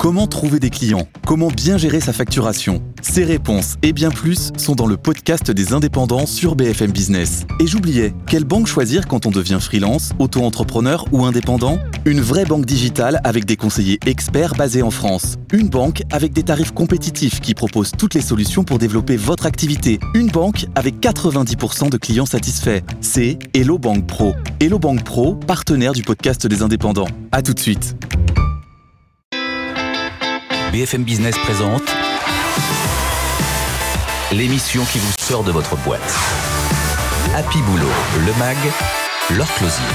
Comment trouver des clients ? Comment bien gérer sa facturation ? Ces réponses et bien plus sont dans le podcast des indépendants sur BFM Business. Et j'oubliais, quelle banque choisir quand on devient freelance, auto-entrepreneur ou indépendant ? Une vraie banque digitale avec des conseillers experts basés en France. Une banque avec des tarifs compétitifs qui propose toutes les solutions pour développer votre activité. Une banque avec 90% de clients satisfaits. C'est Hello Bank Pro. Hello Bank Pro, partenaire du podcast des indépendants. À tout de suite. BFM Business présente l'émission qui vous sort de votre boîte. Happy Boulot, le MAG, Laure Closier.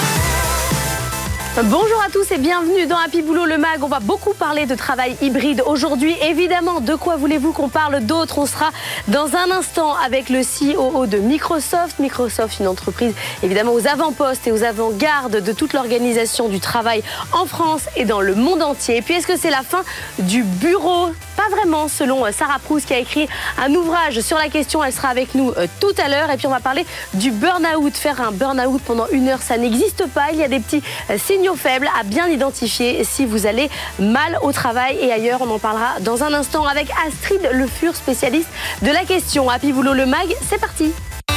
Bonjour à tous et bienvenue dans Happy Boulot, le MAG. On va beaucoup parler de travail hybride aujourd'hui. Évidemment, de quoi voulez-vous qu'on parle d'autre ? On sera dans un instant avec le COO de Microsoft. Microsoft, une entreprise évidemment aux avant-postes et aux avant-gardes de toute l'organisation du travail en France et dans le monde entier. Et puis, est-ce que c'est la fin du bureau ? Pas vraiment, selon Sarah Proust qui a écrit un ouvrage sur la question. Elle sera avec nous tout à l'heure. Et puis, on va parler du burn-out. Faire un burn-out pendant 1 heure, ça n'existe pas. Il y a des petits signaux faibles à bien identifier si vous allez mal au travail et ailleurs. On en parlera dans un instant avec Astrid Le Fur, spécialiste de la question. Happy Boulot, le MAG, c'est parti.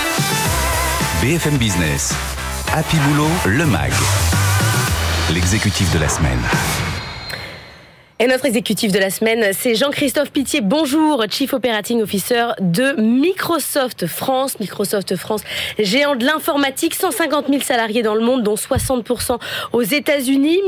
BFM Business, Happy Boulot, le MAG, l'exécutif de la semaine. Et notre exécutif de la semaine, c'est Jean-Christophe Pittier. Bonjour, Chief Operating Officer de Microsoft France. Microsoft France, géant de l'informatique, 150 000 salariés dans le monde, dont 60% aux États-Unis,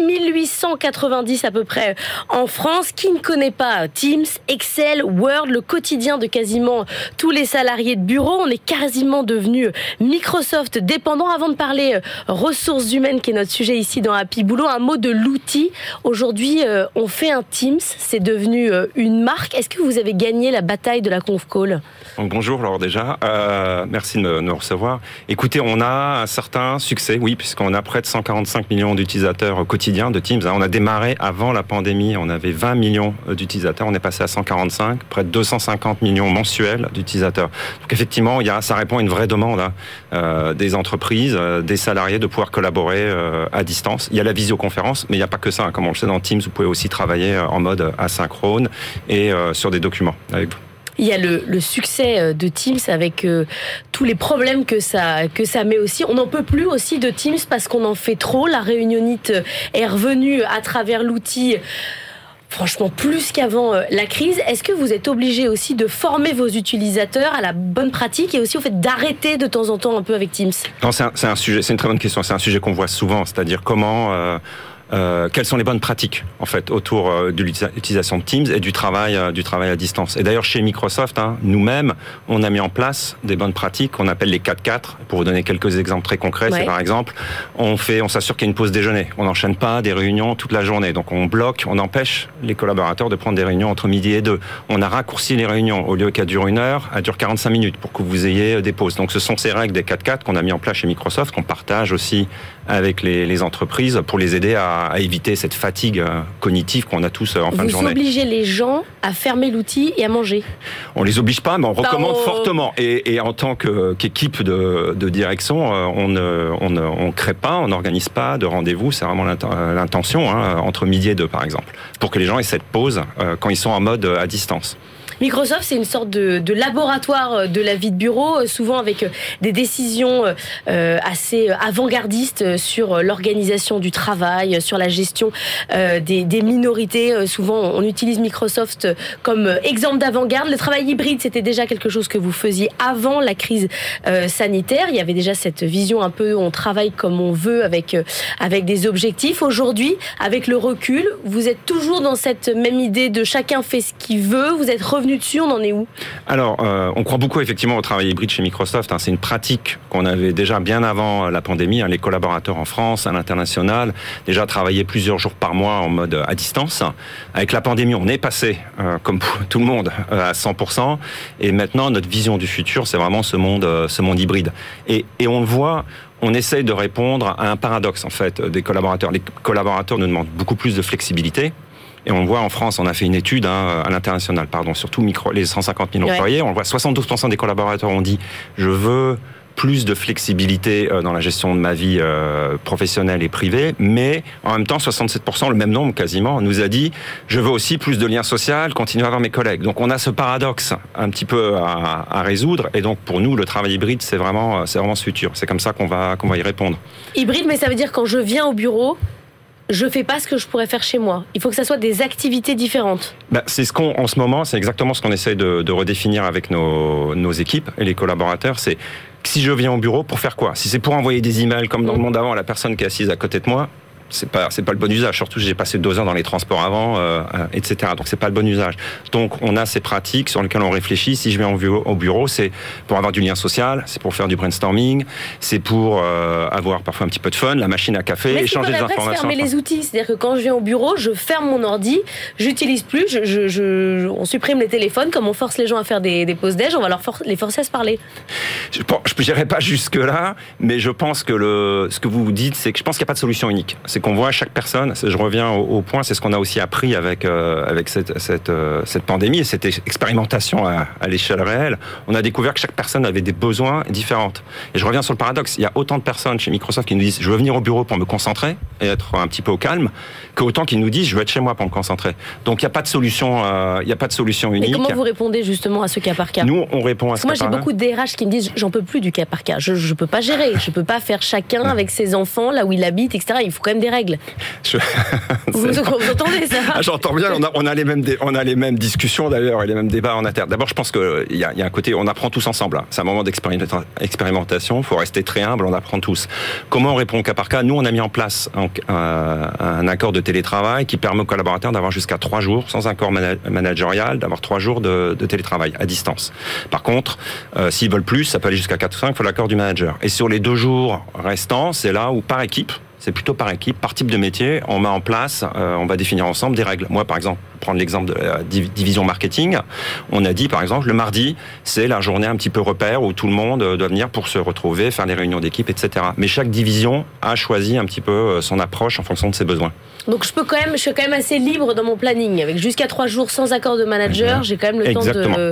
1890 à peu près en France. Qui ne connaît pas Teams, Excel, Word, le quotidien de quasiment tous les salariés de bureau? On est quasiment devenu Microsoft dépendant. Avant de parler ressources humaines, qui est notre sujet ici dans Happy Boulot, un mot de l'outil. Aujourd'hui, on fait un Teams, c'est devenu une marque. Est-ce que vous avez gagné la bataille de la conf call ? Bonjour Laure déjà, merci de nous recevoir. Écoutez, on a un certain succès, oui, puisqu'on a près de 145 millions d'utilisateurs quotidiens de Teams. On a démarré avant la pandémie, on avait 20 millions d'utilisateurs, on est passé à 145, près de 250 millions mensuels d'utilisateurs. Donc effectivement, ça répond à une vraie demande des entreprises, des salariés de pouvoir collaborer à distance. Il y a la visioconférence, mais il n'y a pas que ça. Comme on le sait dans Teams, vous pouvez aussi travailler en mode asynchrone et sur des documents avec vous. Il y a le succès de Teams avec tous les problèmes que ça met aussi. On n'en peut plus aussi de Teams parce qu'on en fait trop. La réunionnite est revenue à travers l'outil. Franchement, plus qu'avant la crise. Est-ce que vous êtes obligé aussi de former vos utilisateurs à la bonne pratique et aussi au fait d'arrêter de temps en temps un peu avec Teams ? Non, c'est une très bonne question. C'est un sujet qu'on voit souvent, c'est-à-dire comment... quelles sont les bonnes pratiques en fait autour de l'utilisation de Teams et du travail à distance. Et d'ailleurs chez Microsoft, nous-mêmes, on a mis en place des bonnes pratiques qu'on appelle les 4-4. Pour vous donner quelques exemples très concrets, c'est par exemple, on s'assure qu'il y a une pause déjeuner. On n'enchaîne pas des réunions toute la journée. Donc on empêche les collaborateurs de prendre des réunions entre midi et 2. On a raccourci les réunions. Au lieu qu'elles durent 1 heure, elles durent 45 minutes pour que vous ayez des pauses. Donc ce sont ces règles des 4-4 qu'on a mis en place chez Microsoft, qu'on partage aussi avec les entreprises pour les aider à éviter cette fatigue cognitive qu'on a tous en fin de journée. Vous obligez les gens à fermer l'outil et à manger ? On les oblige pas, mais on recommande fortement. Et en tant qu'équipe de direction, on crée pas, on n'organise pas de rendez-vous. C'est vraiment l'intention, entre midi et 2 par exemple, pour que les gens aient cette pause quand ils sont en mode à distance. Microsoft, c'est une sorte de laboratoire de la vie de bureau, souvent avec des décisions assez avant-gardistes sur l'organisation du travail, sur la gestion des minorités. Souvent, on utilise Microsoft comme exemple d'avant-garde. Le travail hybride, c'était déjà quelque chose que vous faisiez avant la crise sanitaire. Il y avait déjà cette vision un peu, on travaille comme on veut avec des objectifs. Aujourd'hui, avec le recul, vous êtes toujours dans cette même idée de chacun fait ce qu'il veut. Vous êtes revenu dessus, on en est où ? Alors, on croit beaucoup effectivement au travail hybride chez Microsoft. C'est une pratique qu'on avait déjà bien avant la pandémie. Les collaborateurs en France, à l'international, déjà travaillaient plusieurs jours par mois en mode à distance. Avec la pandémie, on est passé, comme pour tout le monde, à 100%. Et maintenant, notre vision du futur, c'est vraiment ce monde hybride. Et on le voit... On essaye de répondre à un paradoxe en fait des collaborateurs. Les collaborateurs nous demandent beaucoup plus de flexibilité. Et on voit en France, on a fait une étude à l'international, surtout les 150 000 employés. On voit 72% des collaborateurs ont dit « je veux plus de flexibilité dans la gestion de ma vie professionnelle et privée, mais en même temps, 67%, le même nombre quasiment, nous a dit je veux aussi plus de liens sociaux, continuer à voir mes collègues. Donc on a ce paradoxe un petit peu à résoudre, et donc pour nous, le travail hybride, c'est vraiment ce futur. C'est comme ça qu'on va y répondre. Hybride, mais ça veut dire quand je viens au bureau, je fais pas ce que je pourrais faire chez moi. Il faut que ça soit des activités différentes. C'est en ce moment, c'est exactement ce qu'on essaye de redéfinir avec nos équipes et les collaborateurs. C'est si je viens au bureau, pour faire quoi? Si c'est pour envoyer des emails comme dans le monde avant à la personne qui est assise à côté de moi, c'est pas le bon usage. Surtout, j'ai passé 2 heures dans les transports avant, etc. Donc, c'est pas le bon usage. Donc, on a ces pratiques sur lesquelles on réfléchit. Si je viens au bureau, c'est pour avoir du lien social, c'est pour faire du brainstorming, c'est pour avoir parfois un petit peu de fun, la machine à café, échanger des informations. Fermer les outils, c'est-à-dire que quand je viens au bureau, je ferme mon ordi, j'utilise plus, on supprime les téléphones, comme on force les gens à faire des pauses déj, on va les forcer à se parler. Je n'irai pas jusque là, mais je pense que ce que vous dites, c'est que je pense qu'il n'y a pas de solution unique. C'est qu'on voit chaque personne, je reviens au point, c'est ce qu'on a aussi appris avec cette pandémie et cette expérimentation à l'échelle réelle. On a découvert que chaque personne avait des besoins différents. Et je reviens sur le paradoxe, il y a autant de personnes chez Microsoft qui nous disent je veux venir au bureau pour me concentrer et être un petit peu au calme, qu'autant qui nous disent je veux être chez moi pour me concentrer. Donc il n'y a pas de solution, unique. Et comment vous répondez justement à ce cas par cas? Nous, on répond à ce cas par cas. Moi, j'ai beaucoup de DRH qui me disent j'en peux plus du cas par cas. Je peux pas gérer, je peux pas faire chacun avec ses enfants là où il habite, etc. Il faut quand même des règles. Vous entendez ça? J'entends bien. On a les mêmes discussions d'ailleurs et les mêmes débats en interne. D'abord, je pense qu'il y a un côté, on apprend tous ensemble. Hein. C'est un moment d'expérimentation. Il faut rester très humble. On apprend tous. Comment on répond au cas par cas? Nous, on a mis en place un accord de télétravail qui permet aux collaborateurs d'avoir jusqu'à 3 jours sans accord managérial, d'avoir 3 jours de télétravail à distance. Par contre, s'ils veulent plus, ça peut aller jusqu'à 4 ou 5. Il faut l'accord du manager. Et sur les 2 jours restants, c'est là où par équipe. C'est plutôt par équipe, par type de métier, on met en place, on va définir ensemble des règles. Moi, par exemple, prendre l'exemple de la division marketing, on a dit, par exemple, le mardi, c'est la journée un petit peu repère où tout le monde doit venir pour se retrouver, faire des réunions d'équipe, etc. Mais chaque division a choisi un petit peu son approche en fonction de ses besoins. Donc je suis quand même assez libre dans mon planning. Avec jusqu'à 3 jours sans accord de manager, j'ai quand même le temps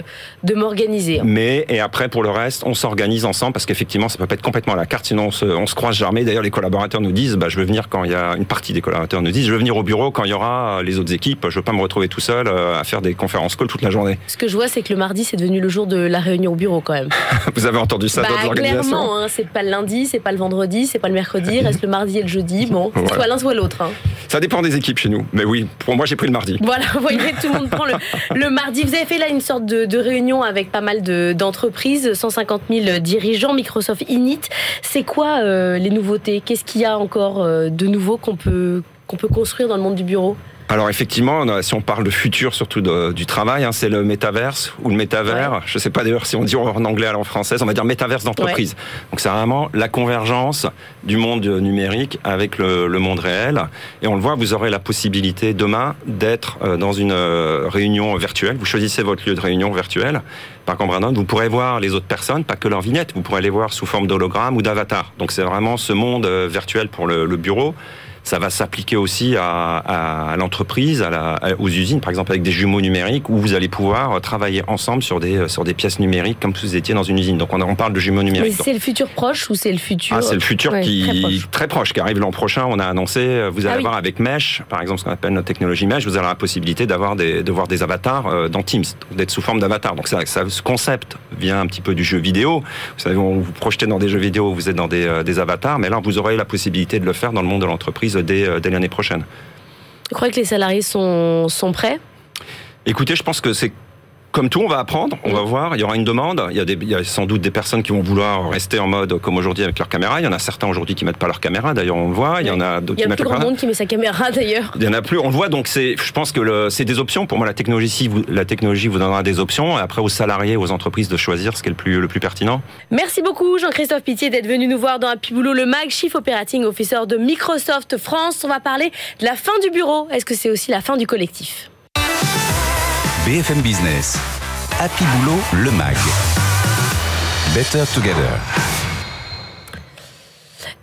de m'organiser. Et après, pour le reste, on s'organise ensemble parce qu'effectivement, ça peut pas être complètement à la carte, sinon on se croise jamais. D'ailleurs, les collaborateurs nous disent, je veux venir quand il y a une partie des collaborateurs nous disent, je veux venir au bureau quand il y aura les autres équipes. Je veux pas me retrouver tout seul à faire des conférences calls toute la journée. Ce que je vois, c'est que le mardi, c'est devenu le jour de la réunion au bureau quand même. Vous avez entendu ça d'autres organisations? Clairement, c'est pas le lundi, c'est pas le vendredi, c'est pas le mercredi, reste le mardi et le jeudi. Bon, c'est soit l'un soit l'autre. Ça dépend des équipes chez nous. Mais oui, pour moi, j'ai pris le mardi. Voilà, vous voyez, tout le monde prend le mardi. Vous avez fait là une sorte de réunion avec pas mal d'entreprises, 150 000 dirigeants, Microsoft Init. C'est quoi les nouveautés? Qu'est-ce qu'il y a encore de nouveau qu'on peut construire dans le monde du bureau? Alors effectivement, si on parle de futur, surtout du travail, c'est le métaverse ou le métavers. Ouais. Je ne sais pas d'ailleurs si on dit en anglais ou en français, on va dire métaverse d'entreprise. Ouais. Donc c'est vraiment la convergence du monde numérique avec le monde réel. Et on le voit, vous aurez la possibilité demain d'être dans une réunion virtuelle. Vous choisissez votre lieu de réunion virtuelle. Par contre, vous pourrez voir les autres personnes, pas que leur vignette, vous pourrez les voir sous forme d'hologramme ou d'avatar. Donc c'est vraiment ce monde virtuel pour le bureau. Ça va s'appliquer aussi à l'entreprise, aux usines, par exemple avec des jumeaux numériques, où vous allez pouvoir travailler ensemble sur des pièces numériques comme si vous étiez dans une usine. Donc on parle de jumeaux numériques. Mais c'est le futur proche ou c'est le futur c'est le futur très proche, qui arrive l'an prochain. On a annoncé, vous allez avoir avec Mesh, par exemple, ce qu'on appelle notre technologie Mesh, vous aurez la possibilité de voir des avatars dans Teams, d'être sous forme d'avatar. Donc ce concept vient un petit peu du jeu vidéo. Vous savez, on vous projetez dans des jeux vidéo, vous êtes dans des avatars, mais là vous aurez la possibilité de le faire dans le monde de l'entreprise dès l'année prochaine. Vous croyez que les salariés sont prêts? Écoutez, je pense que c'est comme tout, on va apprendre, on va voir, il y aura une demande, il y a sans doute des personnes qui vont vouloir rester en mode comme aujourd'hui avec leur caméra, il y en a certains aujourd'hui qui mettent pas leur caméra, d'ailleurs on le voit, il y en a d'autres qui mettent leur caméra. Il y a plus grand monde qui met sa caméra d'ailleurs. Il y en a plus, on le voit, donc je pense que c'est des options. Pour moi, la technologie vous donnera des options, et après aux salariés, aux entreprises de choisir ce qui est le plus pertinent. Merci beaucoup Jean-Christophe Pittier d'être venu nous voir dans Happy Boulot, le MAG, Chief Operating Officer de Microsoft France. On va parler de la fin du bureau. Est-ce que c'est aussi la fin du collectif? BFM Business, Happy Boulot, le MAG. Better Together.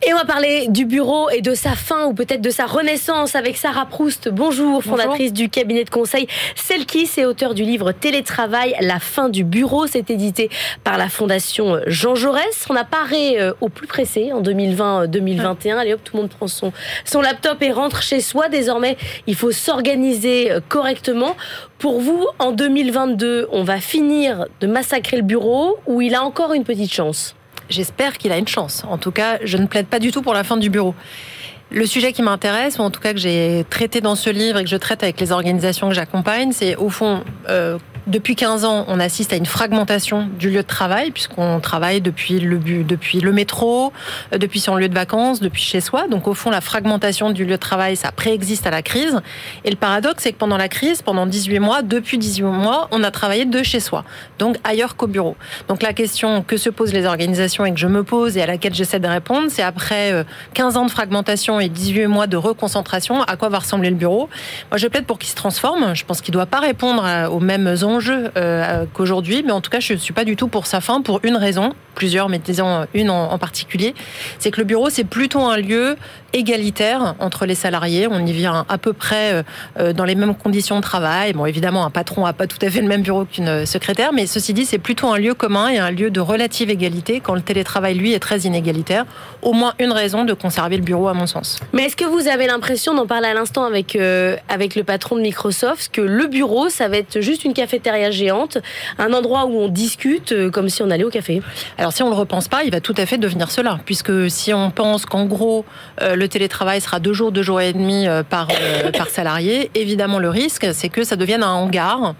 Et on va parler du bureau et de sa fin, ou peut-être de sa renaissance, avec Sarah Proust. Bonjour, fondatrice du cabinet de conseil Selkis et auteure du livre Télétravail, la fin du bureau. C'est édité par la fondation Jean Jaurès. On apparaît au plus pressé en 2020-2021. Allez hop, tout le monde prend son laptop et rentre chez soi. Désormais, il faut s'organiser correctement. Pour vous, en 2022, on va finir de massacrer le bureau, ou il a encore une petite chance ? J'espère qu'il a une chance. En tout cas, je ne plaide pas du tout pour la fin du bureau. Le sujet qui m'intéresse, ou en tout cas que j'ai traité dans ce livre et que je traite avec les organisations que j'accompagne, c'est au fond, depuis 15 ans, on assiste à une fragmentation du lieu de travail, puisqu'on travaille depuis le métro, depuis son lieu de vacances, depuis chez soi. Donc au fond, la fragmentation du lieu de travail, ça préexiste à la crise. Et le paradoxe, c'est que pendant la crise, pendant 18 mois, depuis 18 mois, on a travaillé de chez soi, donc ailleurs qu'au bureau. Donc la question que se posent les organisations et que je me pose et à laquelle j'essaie de répondre, c'est après 15 ans de fragmentation et 18 mois de reconcentration, à quoi va ressembler le bureau ? Moi, je plaide pour qu'il se transforme. Je pense qu'il ne doit pas répondre aux mêmes enjeux qu'aujourd'hui, mais en tout cas, je ne suis pas du tout pour sa fin, pour une raison, plusieurs, mais disons une en particulier, c'est que le bureau, c'est plutôt un lieu égalitaire entre les salariés. On y vient à peu près dans les mêmes conditions de travail. Bon, évidemment, un patron n'a pas tout à fait le même bureau qu'une secrétaire, mais ceci dit, c'est plutôt un lieu commun et un lieu de relative égalité, quand le télétravail, lui, est très inégalitaire. Au moins une raison de conserver le bureau, à mon sens. Mais est-ce que vous avez l'impression, d'en parler à l'instant avec le patron de Microsoft, que le bureau, ça va être juste une cafétéria géante, un endroit où on discute comme si on allait au café ? Alors, si on ne le repense pas, il va tout à fait devenir cela, puisque si on pense qu'en gros, le télétravail sera 2 jours et demi par salarié, évidemment, le risque, c'est que ça devienne un hangar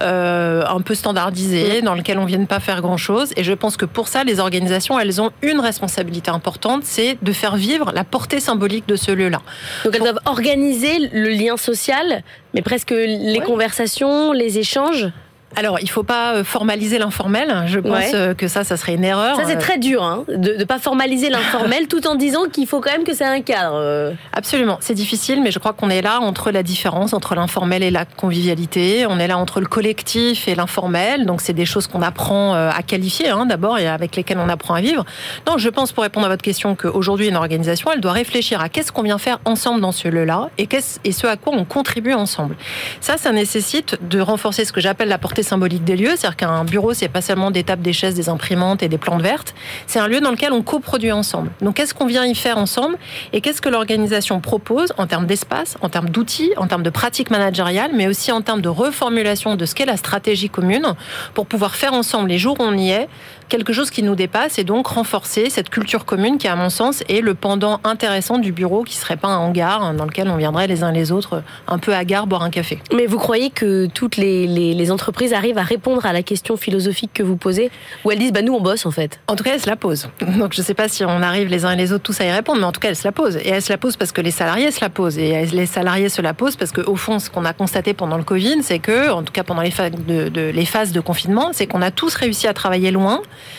un peu standardisé, dans lequel on ne vienne pas faire grand-chose. Et je pense que pour ça, les organisations, elles ont une responsabilité importante, c'est de faire vivre la portée symbolique de ce lieu-là. Donc elles doivent organiser le lien social, mais presque les conversations, les échanges. Alors, il ne faut pas formaliser l'informel. Je pense que ça serait une erreur. Ça, c'est très dur, de ne pas formaliser l'informel, tout en disant qu'il faut quand même que c'est un cadre. Absolument. C'est difficile, mais je crois qu'on est là entre la différence, entre l'informel et la convivialité. On est là entre le collectif et l'informel. Donc, c'est des choses qu'on apprend à qualifier, d'abord, et avec lesquelles on apprend à vivre. Donc, je pense, pour répondre à votre question, qu'aujourd'hui, une organisation, elle doit réfléchir à qu'est-ce qu'on vient faire ensemble dans ce lieu-là et ce à quoi on contribue ensemble. Ça nécessite de renforcer ce que j'appelle la portée symbolique des lieux, c'est-à-dire qu'un bureau, c'est pas seulement des tables, des chaises, des imprimantes et des plantes vertes, c'est un lieu dans lequel on coproduit ensemble. Donc qu'est-ce qu'on vient y faire ensemble et qu'est-ce que l'organisation propose en termes d'espace, en termes d'outils, en termes de pratiques managériales, mais aussi en termes de reformulation de ce qu'est la stratégie commune pour pouvoir faire ensemble, les jours où on y est, quelque chose qui nous dépasse et donc renforcer cette culture commune qui, à mon sens, est le pendant intéressant du bureau, qui serait pas un hangar dans lequel on viendrait les uns les autres un peu hagards boire un café. Mais vous croyez que toutes les entreprises arrivent à répondre à la question philosophique que vous posez, où elles disent nous on bosse en fait? En tout cas, elles se la posent. Donc je ne sais pas si on arrive les uns et les autres tous à y répondre, mais en tout cas elles se la posent. Et elles se la posent parce que les salariés se la posent. Et les salariés se la posent parce qu'au fond, ce qu'on a constaté pendant le Covid, c'est que, en tout cas pendant les phases de confinement, c'est qu'on a tous réussi à travailler loin.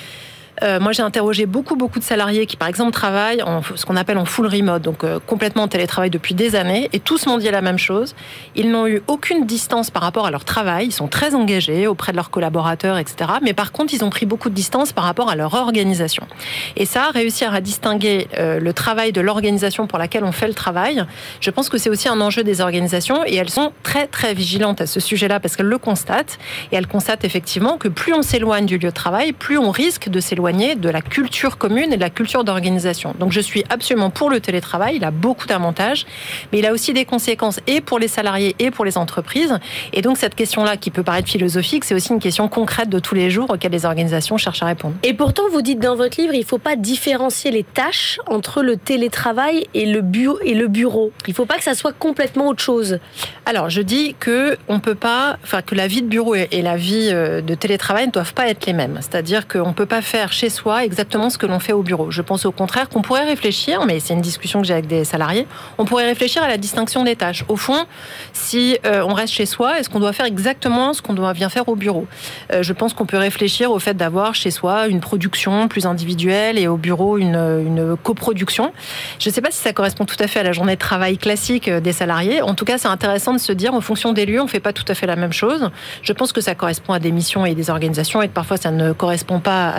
Moi, j'ai interrogé beaucoup de salariés qui, par exemple, travaillent en ce qu'on appelle en full remote, donc complètement en télétravail depuis des années, et tous m'ont dit la même chose. Ils n'ont eu aucune distance par rapport à leur travail. Ils sont très engagés auprès de leurs collaborateurs, etc. Mais par contre, ils ont pris beaucoup de distance par rapport à leur organisation. Et ça, réussir à distinguer le travail de l'organisation pour laquelle on fait le travail, je pense que c'est aussi un enjeu des organisations, et elles sont très, très vigilantes à ce sujet-là parce qu'elles le constatent. Et elles constatent effectivement que plus on s'éloigne du lieu de travail, plus on risque de s'éloigner de la culture commune et de la culture d'organisation. Donc je suis absolument pour le télétravail, il a beaucoup d'avantages, mais il a aussi des conséquences et pour les salariés et pour les entreprises. Et donc cette question-là, qui peut paraître philosophique, c'est aussi une question concrète de tous les jours auxquelles les organisations cherchent à répondre. Et pourtant, vous dites dans votre livre, il ne faut pas différencier les tâches entre le télétravail et le bureau. Il ne faut pas que ça soit complètement autre chose. Alors, je dis que que la vie de bureau et la vie de télétravail ne doivent pas être les mêmes. C'est-à-dire qu'on ne peut pas faire chez soi exactement ce que l'on fait au bureau. Je pense au contraire qu'on pourrait réfléchir, mais c'est une discussion que j'ai avec des salariés, on pourrait réfléchir à la distinction des tâches. Au fond, si on reste chez soi, est-ce qu'on doit faire exactement ce qu'on vient faire au bureau ? Je pense qu'on peut réfléchir au fait d'avoir chez soi une production plus individuelle et au bureau une coproduction. Je ne sais pas si ça correspond tout à fait à la journée de travail classique des salariés. En tout cas, c'est intéressant de se dire, en fonction des lieux, on ne fait pas tout à fait la même chose. Je pense que ça correspond à des missions et des organisations et que parfois ça ne correspond pas à cela. Donc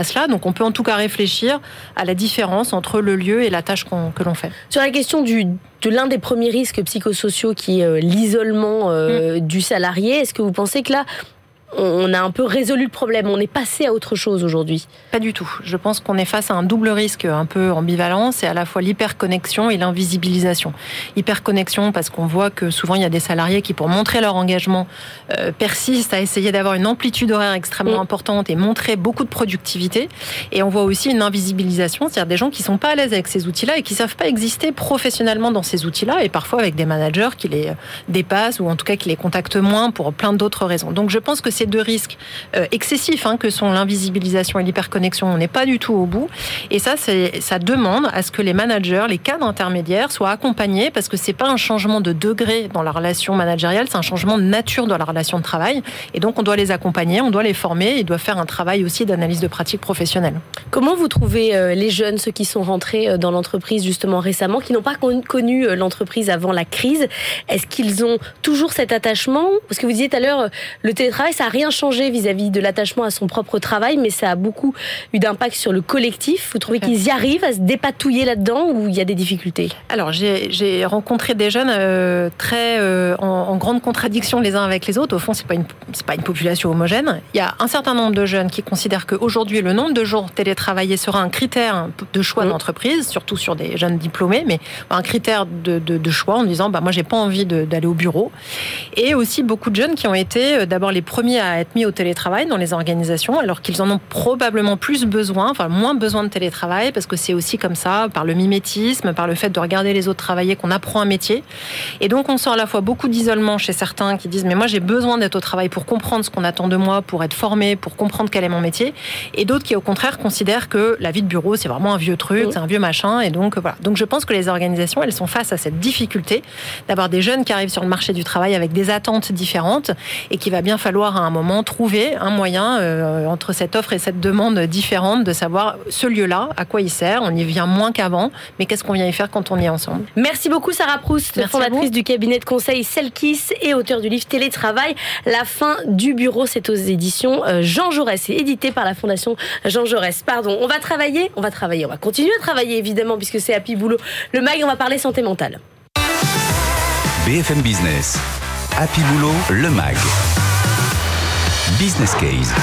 Donc on peut en tout cas réfléchir à la différence entre le lieu et la tâche que l'on fait. Sur la question de l'un des premiers risques psychosociaux qui est l'isolement du salarié, est-ce que vous pensez que là, on a un peu résolu le problème, on est passé à autre chose aujourd'hui? Pas du tout. Je pense qu'on est face à un double risque un peu ambivalent, c'est à la fois l'hyperconnexion et l'invisibilisation. Hyperconnexion parce qu'on voit que souvent il y a des salariés qui, pour montrer leur engagement, persistent à essayer d'avoir une amplitude horaire extrêmement importante et montrer beaucoup de productivité. Et on voit aussi une invisibilisation, c'est-à-dire des gens qui sont pas à l'aise avec ces outils-là et qui savent pas exister professionnellement dans ces outils-là, et parfois avec des managers qui les dépassent ou en tout cas qui les contactent moins pour plein d'autres raisons. Donc je pense que ces deux risques excessifs que sont l'invisibilisation et l'hyperconnexion, on n'est pas du tout au bout. Et ça demande à ce que les managers, les cadres intermédiaires soient accompagnés, parce que c'est pas un changement de degré dans la relation managériale, c'est un changement de nature dans la relation de travail. Et donc on doit les accompagner, on doit les former, ils doivent faire un travail aussi d'analyse de pratique professionnelle. Comment vous trouvez les jeunes, ceux qui sont rentrés dans l'entreprise justement récemment, qui n'ont pas connu l'entreprise avant la crise? Est-ce qu'ils ont toujours cet attachement? Parce que vous disiez tout à l'heure, le télétravail, ça n'a rien changé vis-à-vis de l'attachement à son propre travail, mais ça a beaucoup eu d'impact sur le collectif. Vous trouvez qu'ils y arrivent à se dépatouiller là-dedans, ou il y a des difficultés? Alors, j'ai rencontré des jeunes très en grande contradiction les uns avec les autres. Au fond, c'est pas une population homogène. Il y a un certain nombre de jeunes qui considèrent qu'aujourd'hui, le nombre de jours télétravaillés sera un critère de choix d'entreprise, surtout sur des jeunes diplômés, mais un critère de choix en disant moi, j'ai pas envie d'aller au bureau. Et aussi beaucoup de jeunes qui ont été d'abord les premiers à être mis au télétravail dans les organisations, alors qu'ils en ont probablement plus besoin, enfin moins besoin de télétravail, parce que c'est aussi comme ça, par le mimétisme, par le fait de regarder les autres travailler, qu'on apprend un métier. Et donc on sent à la fois beaucoup d'isolement chez certains qui disent mais moi j'ai besoin d'être au travail pour comprendre ce qu'on attend de moi, pour être formé, pour comprendre quel est mon métier, et d'autres qui au contraire considèrent que la vie de bureau c'est vraiment un vieux truc, c'est un vieux machin, et donc voilà. Donc je pense que les organisations, elles sont face à cette difficulté d'avoir des jeunes qui arrivent sur le marché du travail avec des attentes différentes, et qu'il va bien falloir à un moment trouver un moyen entre cette offre et cette demande différente de savoir ce lieu-là, à quoi il sert. On y vient moins qu'avant, mais qu'est-ce qu'on vient y faire quand on y est ensemble? Merci beaucoup Sarah Proust, fondatrice du cabinet de conseil Selkis et auteure du livre Télétravail, la fin du bureau. C'est aux éditions Jean Jaurès. C'est édité par la Fondation Jean Jaurès. Pardon, on va continuer à travailler évidemment, puisque c'est Happy Boulot. Le MAG, on va parler santé mentale. BFM Business, Happy Boulot, le MAG. Business Case.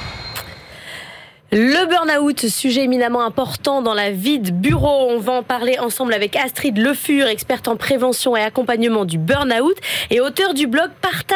Le burn-out, sujet éminemment important dans la vie de bureau. On va en parler ensemble avec Astrid Le Fur, experte en prévention et accompagnement du burn-out et auteur du blog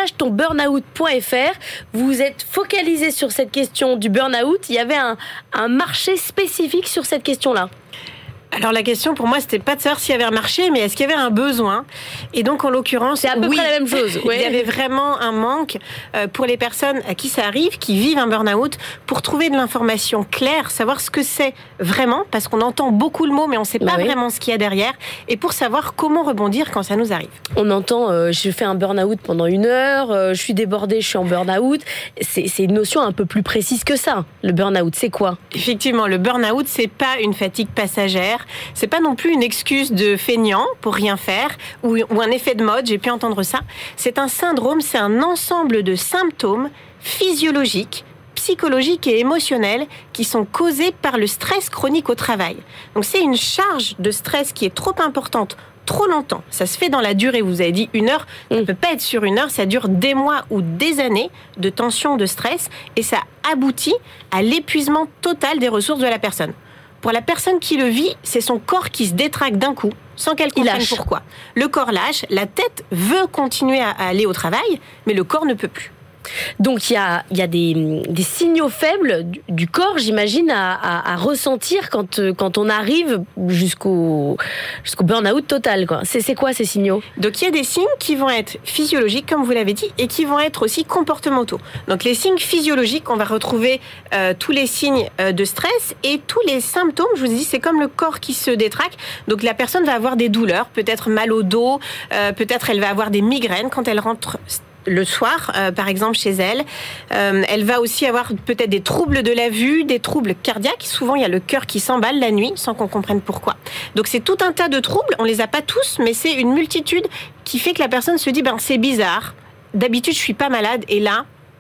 partagetonburnout.fr. Vous êtes focalisé sur cette question du burn-out. Il y avait un marché spécifique sur cette question-là. Alors la question pour moi, c'était pas de savoir s'il y avait un marché, mais est-ce qu'il y avait un besoin? Et donc en l'occurrence, c'est à peu près la même chose. Il y avait vraiment un manque pour les personnes à qui ça arrive, qui vivent un burn-out, pour trouver de l'information claire, savoir ce que c'est vraiment, parce qu'on entend beaucoup le mot, mais on sait pas vraiment ce qu'il y a derrière, et pour savoir comment rebondir quand ça nous arrive. On entend, je fais un burn-out pendant 1 heure, je suis débordée, je suis en burn-out. C'est une notion un peu plus précise que ça. Le burn-out, c'est quoi? Effectivement, le burn-out, c'est pas une fatigue passagère. C'est pas non plus une excuse de feignant pour rien faire ou un effet de mode, j'ai pu entendre ça. C'est un syndrome, c'est un ensemble de symptômes physiologiques, psychologiques et émotionnels qui sont causés par le stress chronique au travail. Donc c'est une charge de stress qui est trop importante, trop longtemps. Ça se fait dans la durée. Vous avez dit 1 heure, ça ne peut pas être sur 1 heure, ça dure des mois ou des années de tension, de stress, et ça aboutit à l'épuisement total des ressources de la personne. Pour la personne qui le vit, c'est son corps qui se détraque d'un coup, sans qu'elle comprenne pourquoi. Le corps lâche, la tête veut continuer à aller au travail, mais le corps ne peut plus. Donc il y a des signaux faibles du corps, j'imagine, à ressentir quand on arrive jusqu'au burn-out total, quoi. C'est quoi ces signaux? Donc il y a des signes qui vont être physiologiques, comme vous l'avez dit, et qui vont être aussi comportementaux. Donc les signes physiologiques, on va retrouver tous les signes de stress et tous les symptômes. Je vous ai dit, c'est comme le corps qui se détraque. Donc la personne va avoir des douleurs, peut-être mal au dos, peut-être elle va avoir des migraines quand elle rentre le soir, par exemple, chez elle. Elle va aussi avoir peut-être des troubles de la vue, des troubles cardiaques. Souvent, il y a le cœur qui s'emballe la nuit sans qu'on comprenne pourquoi. Donc, c'est tout un tas de troubles. On les a pas tous, mais c'est une multitude qui fait que la personne se dit, c'est bizarre. D'habitude, je suis pas malade. Et là,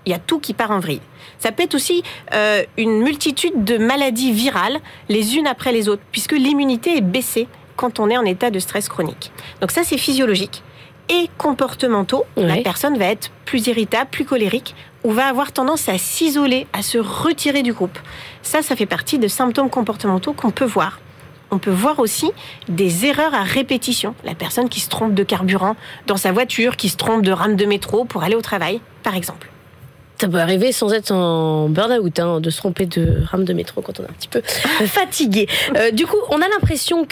il y a tout qui part en vrille. Ça peut être aussi une multitude de maladies virales, les unes après les autres, puisque l'immunité est baissée quand on est en état de stress chronique. Donc ça, c'est physiologique. Et comportementaux, la personne va être plus irritable, plus colérique, ou va avoir tendance à s'isoler, à se retirer du groupe. Ça fait partie de symptômes comportementaux qu'on peut voir. On peut voir aussi des erreurs à répétition. La personne qui se trompe de carburant dans sa voiture, qui se trompe de rame de métro pour aller au travail, par exemple. Ça peut arriver sans être en burn-out, de se tromper de rame de métro quand on est un petit peu fatigué. Du coup, on a l'impression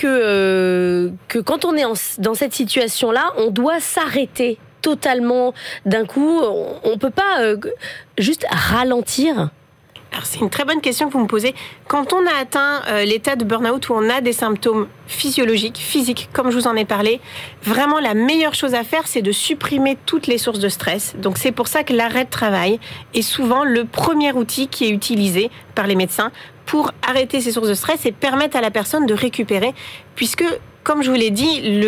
que quand on est dans cette situation-là, on doit s'arrêter totalement d'un coup. On ne peut pas juste ralentir. Alors, c'est une très bonne question que vous me posez. Quand on a atteint l'état de burn-out où on a des symptômes physiologiques, physiques, comme je vous en ai parlé, vraiment la meilleure chose à faire, c'est de supprimer toutes les sources de stress. Donc, c'est pour ça que l'arrêt de travail est souvent le premier outil qui est utilisé par les médecins pour arrêter ces sources de stress et permettre à la personne de récupérer, puisque comme je vous l'ai dit,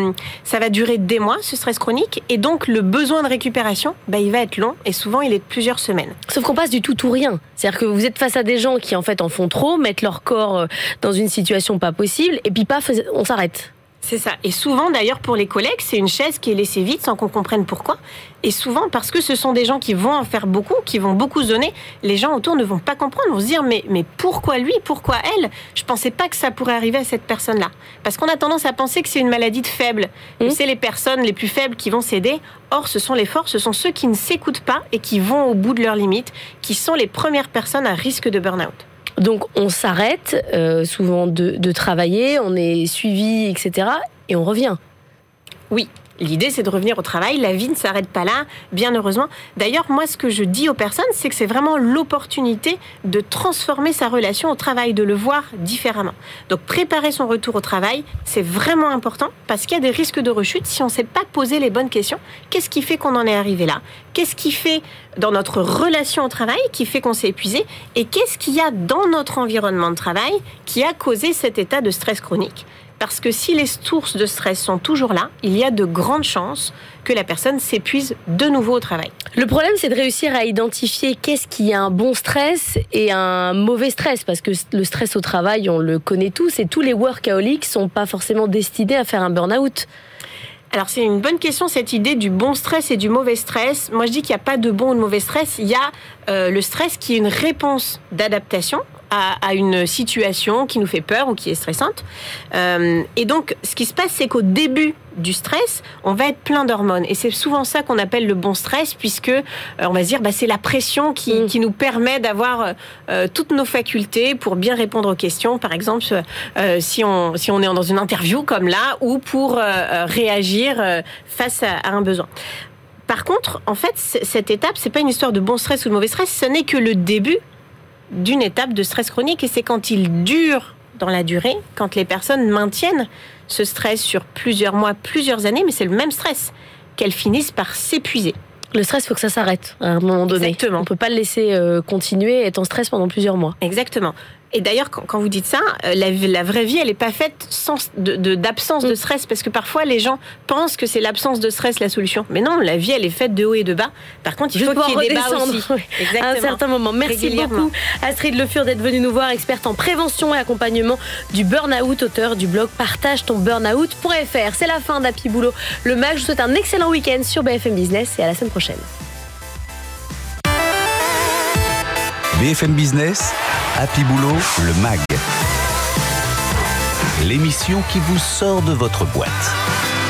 ça va durer des mois, ce stress chronique, et donc le besoin de récupération, il va être long, et souvent il est de plusieurs semaines. Sauf qu'on passe du tout ou rien. C'est-à-dire que vous êtes face à des gens qui en fait en font trop, mettent leur corps dans une situation pas possible, et puis paf, on s'arrête. C'est ça. Et souvent, d'ailleurs, pour les collègues, c'est une chaise qui est laissée vide sans qu'on comprenne pourquoi. Et souvent, parce que ce sont des gens qui vont en faire beaucoup, qui vont beaucoup se donner, les gens autour ne vont pas comprendre, vont se dire mais pourquoi lui, pourquoi elle ? Je pensais pas que ça pourrait arriver à cette personne-là. Parce qu'on a tendance à penser que c'est une maladie de faibles. C'est les personnes les plus faibles qui vont céder. Or, ce sont les forts, ce sont ceux qui ne s'écoutent pas et qui vont au bout de leurs limites, qui sont les premières personnes à risque de burn-out. Donc on s'arrête souvent de travailler, on est suivi, etc. et on revient. Oui. L'idée, c'est de revenir au travail. La vie ne s'arrête pas là, bien heureusement. D'ailleurs, moi, ce que je dis aux personnes, c'est que c'est vraiment l'opportunité de transformer sa relation au travail, de le voir différemment. Donc, préparer son retour au travail, c'est vraiment important parce qu'il y a des risques de rechute si on ne sait pas poser les bonnes questions. Qu'est-ce qui fait qu'on en est arrivé là ? Qu'est-ce qui fait dans notre relation au travail qui fait qu'on s'est épuisé ? Et qu'est-ce qu'il y a dans notre environnement de travail qui a causé cet état de stress chronique ? Parce que si les sources de stress sont toujours là, il y a de grandes chances que la personne s'épuise de nouveau au travail. Le problème, c'est de réussir à identifier qu'est-ce qui est un bon stress et un mauvais stress. Parce que le stress au travail, on le connaît tous, et tous les workaholics sont pas forcément destinés à faire un burn-out. Alors, c'est une bonne question, cette idée du bon stress et du mauvais stress. Moi, je dis qu'il n'y a pas de bon ou de mauvais stress. Il y a le stress qui est une réponse d'adaptation à une situation qui nous fait peur ou qui est stressante. Et donc, ce qui se passe, c'est qu'au début du stress, on va être plein d'hormones. Et c'est souvent ça qu'on appelle le bon stress, puisque on va se dire, c'est la pression qui nous permet d'avoir toutes nos facultés pour bien répondre aux questions. Par exemple, si on est dans une interview comme là, ou pour réagir face à un besoin. Par contre, en fait, cette étape, c'est pas une histoire de bon stress ou de mauvais stress, ce n'est que le début d'une étape de stress chronique, et c'est quand il dure dans la durée, quand les personnes maintiennent ce stress sur plusieurs mois, plusieurs années, mais c'est le même stress, qu'elles finissent par s'épuiser. Le stress, il faut que ça s'arrête à un moment donné. Exactement. On ne peut pas le laisser continuer et être en stress pendant plusieurs mois. Exactement. Et d'ailleurs, quand vous dites ça, la vraie vie, elle n'est pas faite d'absence de stress, parce que parfois, les gens pensent que c'est l'absence de stress la solution. Mais non, la vie, elle est faite de haut et de bas. Par contre, il faut qu'il y ait des bas aussi. À un certain moment. Merci beaucoup, Astrid Le Fur, d'être venue nous voir, experte en prévention et accompagnement du burn-out, auteur du blog partagetonburnout.fr. C'est la fin d'Happy Boulot, le mag. Je vous souhaite un excellent week-end sur BFM Business et à la semaine prochaine. BFM Business, Happy Boulot, le MAG. L'émission qui vous sort de votre boîte.